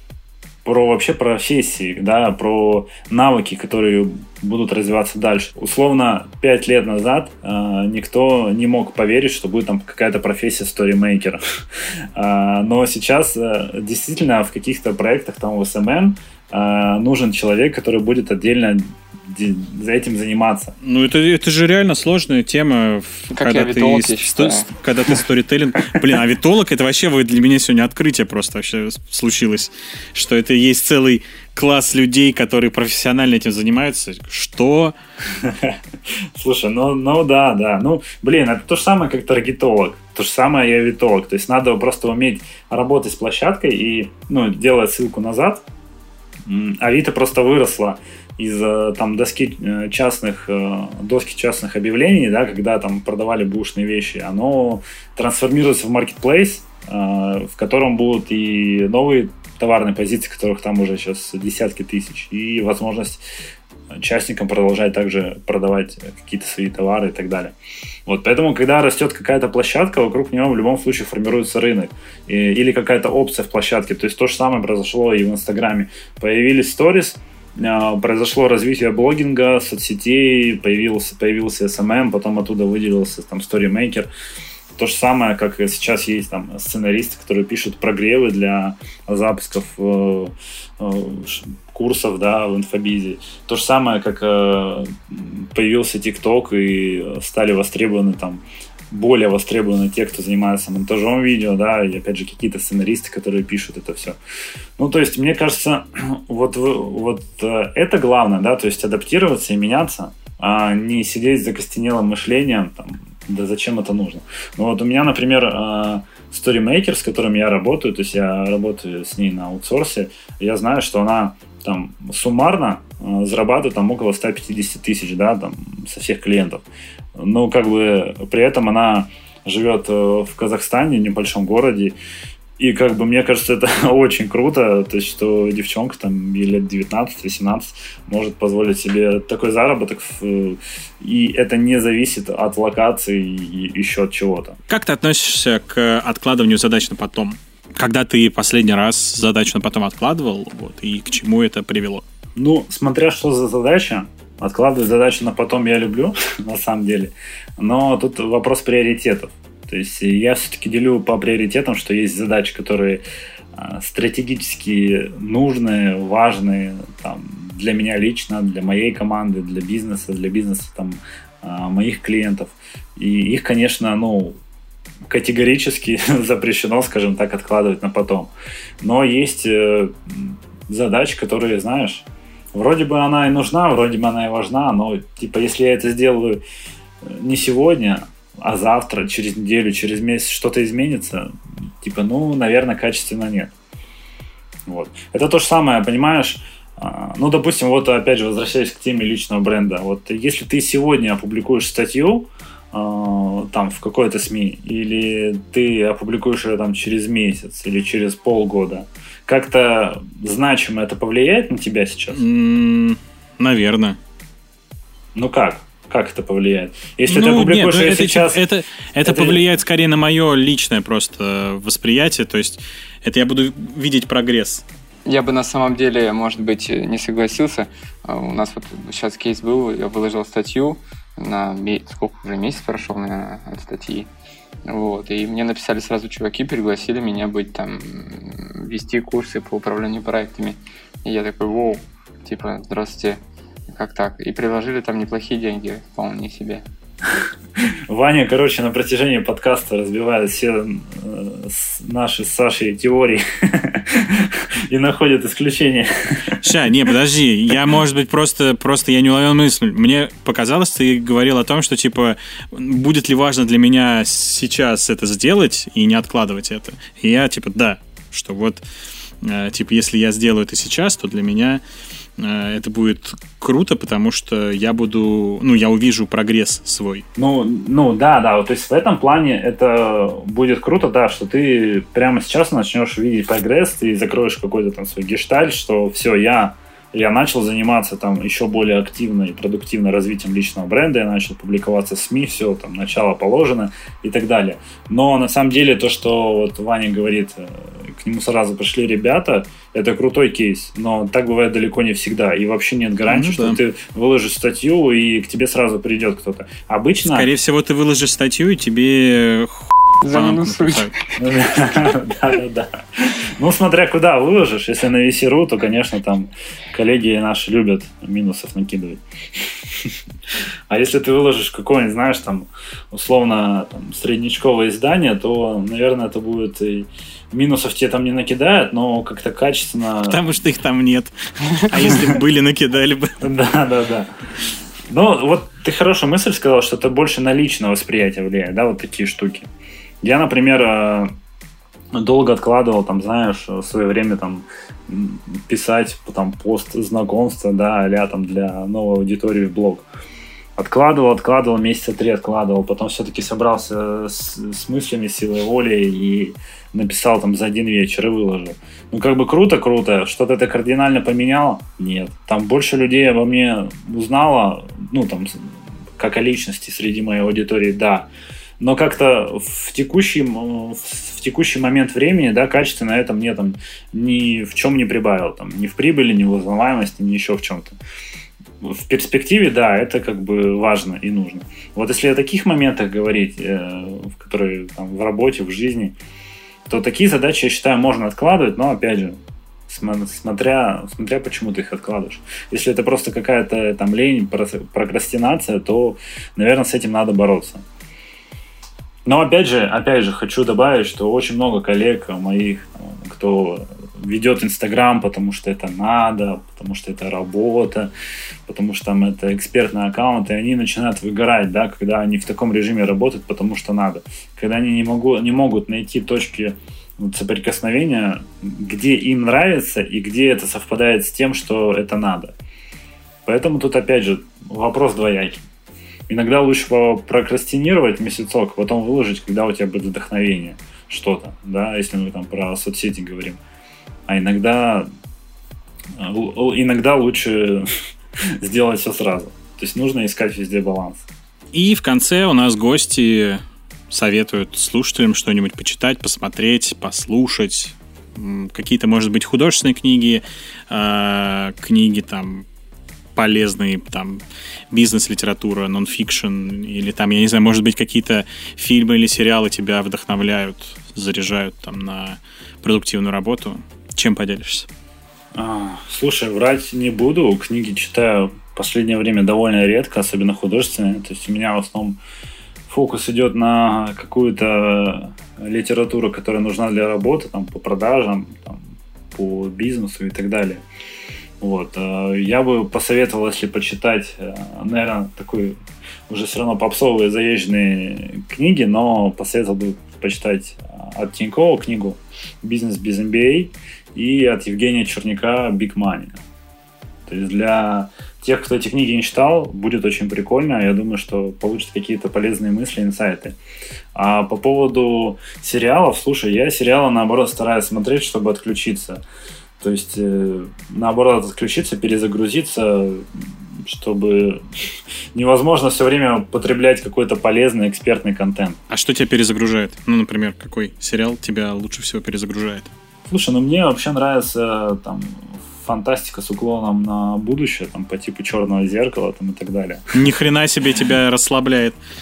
про вообще профессии, да, про навыки, которые будут развиваться дальше. Условно, пять лет назад э, никто не мог поверить, что будет там какая-то профессия сторимейкера. э, но сейчас э, действительно в каких-то проектах там в эс эм эм э, нужен человек, который будет отдельно за этим заниматься. Ну, это, это же реально сложная тема. Как когда я витолог, ты, я считаю. когда ты сторителлинг... Блин, а витолог, это вообще для меня сегодня открытие просто вообще случилось, что это есть целый класс людей, которые профессионально этим занимаются. Что? Слушай, ну, ну да, да. Ну, блин, это то же самое, как таргетолог. То же самое я витолог. То есть надо просто уметь работать с площадкой и, ну, делать ссылку назад. Авито просто выросла из там доски частных, доски частных объявлений, да, когда там продавали бэушные вещи, оно трансформируется в маркетплейс, в котором будут и новые товарные позиции, которых там уже сейчас десятки тысяч, и возможность частникам продолжать также продавать какие-то свои товары и так далее. Вот, поэтому, когда растет какая-то площадка, вокруг нее в любом случае формируется рынок. И, или какая-то опция в площадке. То есть то же самое произошло и в Инстаграме. Появились сторис, произошло развитие блогинга, соцсетей, появился, появился эс эм эм, потом оттуда выделился там сторимейкер. То же самое, как сейчас есть там сценаристы, которые пишут прогревы для запусков э, э, курсов, да, в инфобизе. То же самое, как э, появился ТикТок и стали востребованы там более востребованы те, кто занимается монтажом видео, да, и опять же какие-то сценаристы, которые пишут это все. Ну, то есть, мне кажется, вот, вот это главное, да, то есть адаптироваться и меняться, а не сидеть с закостенелым мышлением, там, да зачем это нужно. Ну, вот у меня, например, сторимейкер, с которым я работаю, то есть я работаю с ней на аутсорсе, я знаю, что она там суммарно зарабатывает там около сто пятьдесят тысяч, да, там, со всех клиентов. Но как бы при этом она живет в Казахстане, в небольшом городе, и как бы мне кажется, это очень круто, то есть что девчонка там ей лет девятнадцать-восемнадцать может позволить себе такой заработок, и это не зависит от локации и еще от чего-то. Как ты относишься к откладыванию задач на потом? Когда ты последний раз задачу на потом откладывал, вот, и к чему это привело? Ну, смотря что за задача. Откладывать задачу на потом я люблю, на самом деле. Но тут вопрос приоритетов. То есть я все-таки делю по приоритетам, что есть задачи, которые стратегически нужные, важные там, для меня лично, для моей команды, для бизнеса, для бизнеса там, моих клиентов. И их, конечно, ну, категорически запрещено, скажем так, откладывать на потом. Но есть задачи, которые, знаешь, вроде бы она и нужна, вроде бы она и важна, но типа если я это сделаю не сегодня, а завтра, через неделю, через месяц что-то изменится, типа, ну, наверное, качественно нет. Вот. Это то же самое, понимаешь? Ну, допустим, вот опять же, возвращаясь к теме личного бренда. Вот если ты сегодня опубликуешь статью там в какой-то СМИ, или ты опубликуешь ее там через месяц или через полгода, как-то значимо это повлияет на тебя сейчас? Mm, наверное. Ну как? Как это повлияет? Если ну, ты опубликуешь нет, ее это, сейчас... Это, это, это повлияет скорее на мое личное просто восприятие, то есть это я буду видеть прогресс. Я бы на самом деле, может быть, не согласился. У нас вот сейчас кейс был, я выложил статью, на сколько уже месяц прошел, наверное, от статьи. Вот, и мне написали сразу чуваки, пригласили меня быть там, вести курсы по управлению проектами. И я такой, воу, типа, здравствуйте, как так. И предложили там неплохие деньги, вполне себе. Ваня, короче, на протяжении подкаста разбивает все э, наши с Сашей теории и находит исключения. Ща, не, подожди, я, может быть, просто, просто я не уловил мысль. Мне показалось, ты говорил о том, что, типа, будет ли важно для меня сейчас это сделать и не откладывать это. И я, типа, да, что вот, э, типа, если я сделаю это сейчас, то для меня э, это будет круто, потому что я буду, ну, я увижу прогресс свой. Ну, ну да, да, вот, то есть в этом плане это будет круто, да, что ты прямо сейчас начнешь видеть прогресс, ты закроешь какой-то там свой гештальт, что все, я, я начал заниматься там еще более активно и продуктивно развитием личного бренда, я начал публиковаться в СМИ, все, там, начало положено и так далее. Но на самом деле то, что вот Ваня говорит, к нему сразу пришли ребята, это крутой кейс, но так бывает далеко не всегда. И вообще нет гарантии, mm-hmm, что да. ты выложишь статью, и к тебе сразу придет кто-то. Обычно... Скорее всего, ты выложишь статью, и тебе... Заминусуют. Да-да-да. Ну, смотря куда выложишь. Если на Весеру, то, конечно, там коллеги наши любят минусов накидывать. А если ты выложишь какое-нибудь, знаешь, там, условно, там, среднячковое издание, то, наверное, это будет и минусов тебе там не накидают, но как-то качественно... Потому что их там нет. А если бы были, накидали бы. Да-да-да. Ну, вот ты хорошую мысль сказал, что это больше на личное восприятие влияет, да, вот такие штуки. Я, например, долго откладывал, там, знаешь, в свое время там писать там пост знакомства, да, а-ля там для новой аудитории в блог. Откладывал, откладывал, месяца три откладывал, потом все-таки собрался с, с мыслями, силой воли и написал там за один вечер и выложил. Ну, как бы круто-круто. Что-то это кардинально поменяло? Нет. Там больше людей обо мне узнало, ну, там, как о личности среди моей аудитории, да. Но как-то в текущий, в текущий момент времени, да, качественно это мне там ни в чем не прибавило. Там, ни в прибыли, ни в узнаваемости, ни еще в чем-то. В перспективе, да, это как бы важно и нужно. Вот если о таких моментах говорить, э, которые там, в работе, в жизни, то такие задачи, я считаю, можно откладывать, но, опять же, смотря, смотря почему ты их откладываешь. Если это просто какая-то там лень, прокрастинация, то, наверное, с этим надо бороться. Но, опять же, опять же, хочу добавить, что очень много коллег моих, кто ведет Инстаграм, потому что это надо, потому что это работа, потому что там это экспертный аккаунт, и они начинают выгорать, да, когда они в таком режиме работают, потому что надо. Когда они не, могу, не могут найти точки соприкосновения, где им нравится и где это совпадает с тем, что это надо. Поэтому тут, опять же, вопрос двоякий. Иногда лучше прокрастинировать месяцок, потом выложить, когда у тебя будет вдохновение, что-то, да, если мы там про соцсети говорим. А иногда, иногда лучше сделать все сразу. То есть нужно искать везде баланс. И в конце у нас гости советуют слушателям что-нибудь почитать, посмотреть, послушать. Какие-то, может быть, художественные книги, книги там полезные, там, бизнес-литература, нон-фикшн, или там, я не знаю, может быть, какие-то фильмы или сериалы тебя вдохновляют, заряжают там на продуктивную работу. Чем поделишься? А, слушай, врать не буду. Книги читаю в последнее время довольно редко, особенно художественные. То есть у меня в основном фокус идет на какую-то литературу, которая нужна для работы, там, по продажам, там, по бизнесу и так далее. Вот. Я бы посоветовал, если почитать, наверное, такой уже все равно попсовые заезженные книги, но посоветовал бы почитать от Тинькова книгу «Бизнес без эм би эй» и от Евгения Черняка «Big Money». То есть для тех, кто эти книги не читал, будет очень прикольно. Я думаю, что получат какие-то полезные мысли, инсайты. А по поводу сериалов, слушай, я сериалы, наоборот, стараюсь смотреть, чтобы отключиться. То есть, э, наоборот, отключиться, перезагрузиться, чтобы невозможно все время потреблять какой-то полезный экспертный контент. А что тебя перезагружает? Ну, например, какой сериал тебя лучше всего перезагружает? Слушай, ну мне вообще нравится там фантастика с уклоном на будущее, там по типу «Черного зеркала» там, и так далее. Ни хрена себе тебя расслабляет.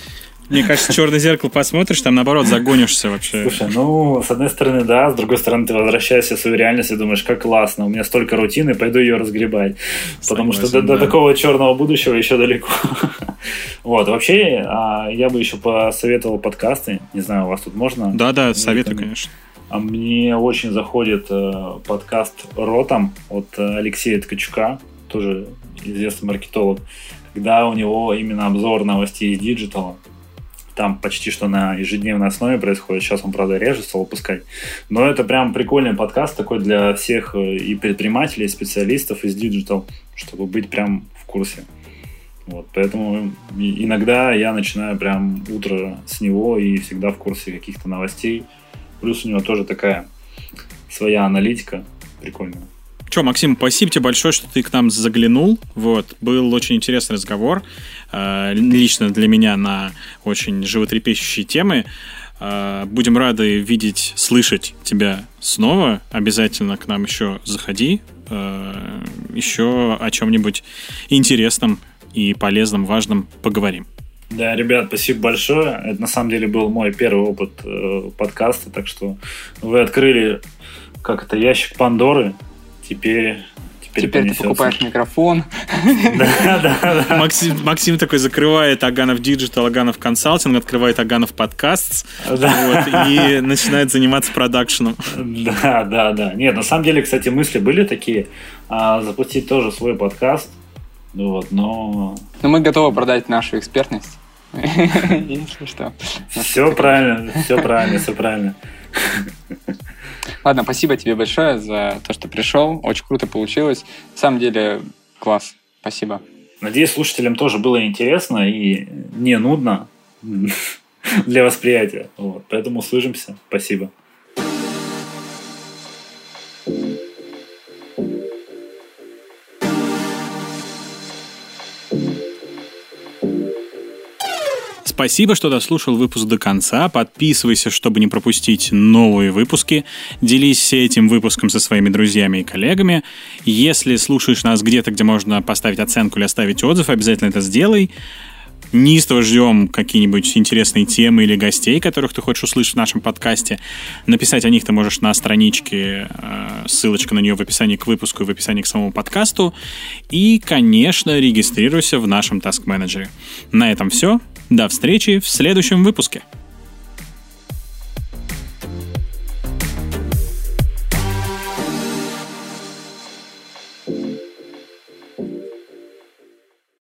Мне кажется, «Черное зеркало» посмотришь, там, наоборот, загонишься вообще. Слушай, ну, с одной стороны, да, с другой стороны, ты возвращаешься в свою реальность и думаешь, как классно, у меня столько рутины, пойду ее разгребать. Согласен, потому что до, да. до такого черного будущего еще далеко. Вот, вообще, я бы еще посоветовал подкасты. Не знаю, у вас тут можно? Да-да, советую, конечно. А мне очень заходит подкаст «Ротом» от Алексея Ткачука, тоже известный маркетолог, когда у него именно обзор новостей из диджитала. Там почти что на ежедневной основе происходит. Сейчас он, правда, реже стал выпускать. Но это прям прикольный подкаст такой для всех и предпринимателей, и специалистов из диджитал, чтобы быть прям в курсе. Вот. Поэтому иногда я начинаю прям утро с него и всегда в курсе каких-то новостей. Плюс у него тоже такая своя аналитика прикольная. Че, Максим, спасибо тебе большое, что ты к нам заглянул. Вот. Был очень интересный разговор. Э, лично для меня на очень животрепещущие темы. Э, будем рады видеть, слышать тебя снова. Обязательно к нам еще заходи. Э, еще о чем-нибудь интересном и полезном, важном поговорим. Да, ребят, спасибо большое. Это на самом деле был мой первый опыт э, подкаста, так что вы открыли, как это, ящик Пандоры. Теперь, теперь, теперь ты покупаешь микрофон. Да, да, да. Максим, Максим такой закрывает Аганов Digital, Аганов Консалтинг, открывает Аганов Подкаст, да. Вот, и начинает заниматься продакшеном. Да, да, да. Нет, на самом деле, кстати, мысли были такие, а, запустить тоже свой подкаст, вот, но... Но мы готовы продать нашу экспертность. Если что. Все правильно, все правильно, все правильно. Ладно, спасибо тебе большое за то, что пришел. Очень круто получилось. На самом деле, класс. Спасибо. Надеюсь, слушателям тоже было интересно и не нудно для восприятия. Вот. Поэтому услышимся. Спасибо. Спасибо, что дослушал выпуск до конца. Подписывайся, чтобы не пропустить новые выпуски. Делись этим выпуском со своими друзьями и коллегами. Если слушаешь нас где-то, где можно поставить оценку или оставить отзыв, обязательно это сделай. Неистово ждем какие-нибудь интересные темы или гостей, которых ты хочешь услышать в нашем подкасте. Написать о них ты можешь на страничке, ссылочка на нее в описании к выпуску и в описании к самому подкасту. И, конечно, регистрируйся в нашем Task Manager. На этом все. До встречи в следующем выпуске.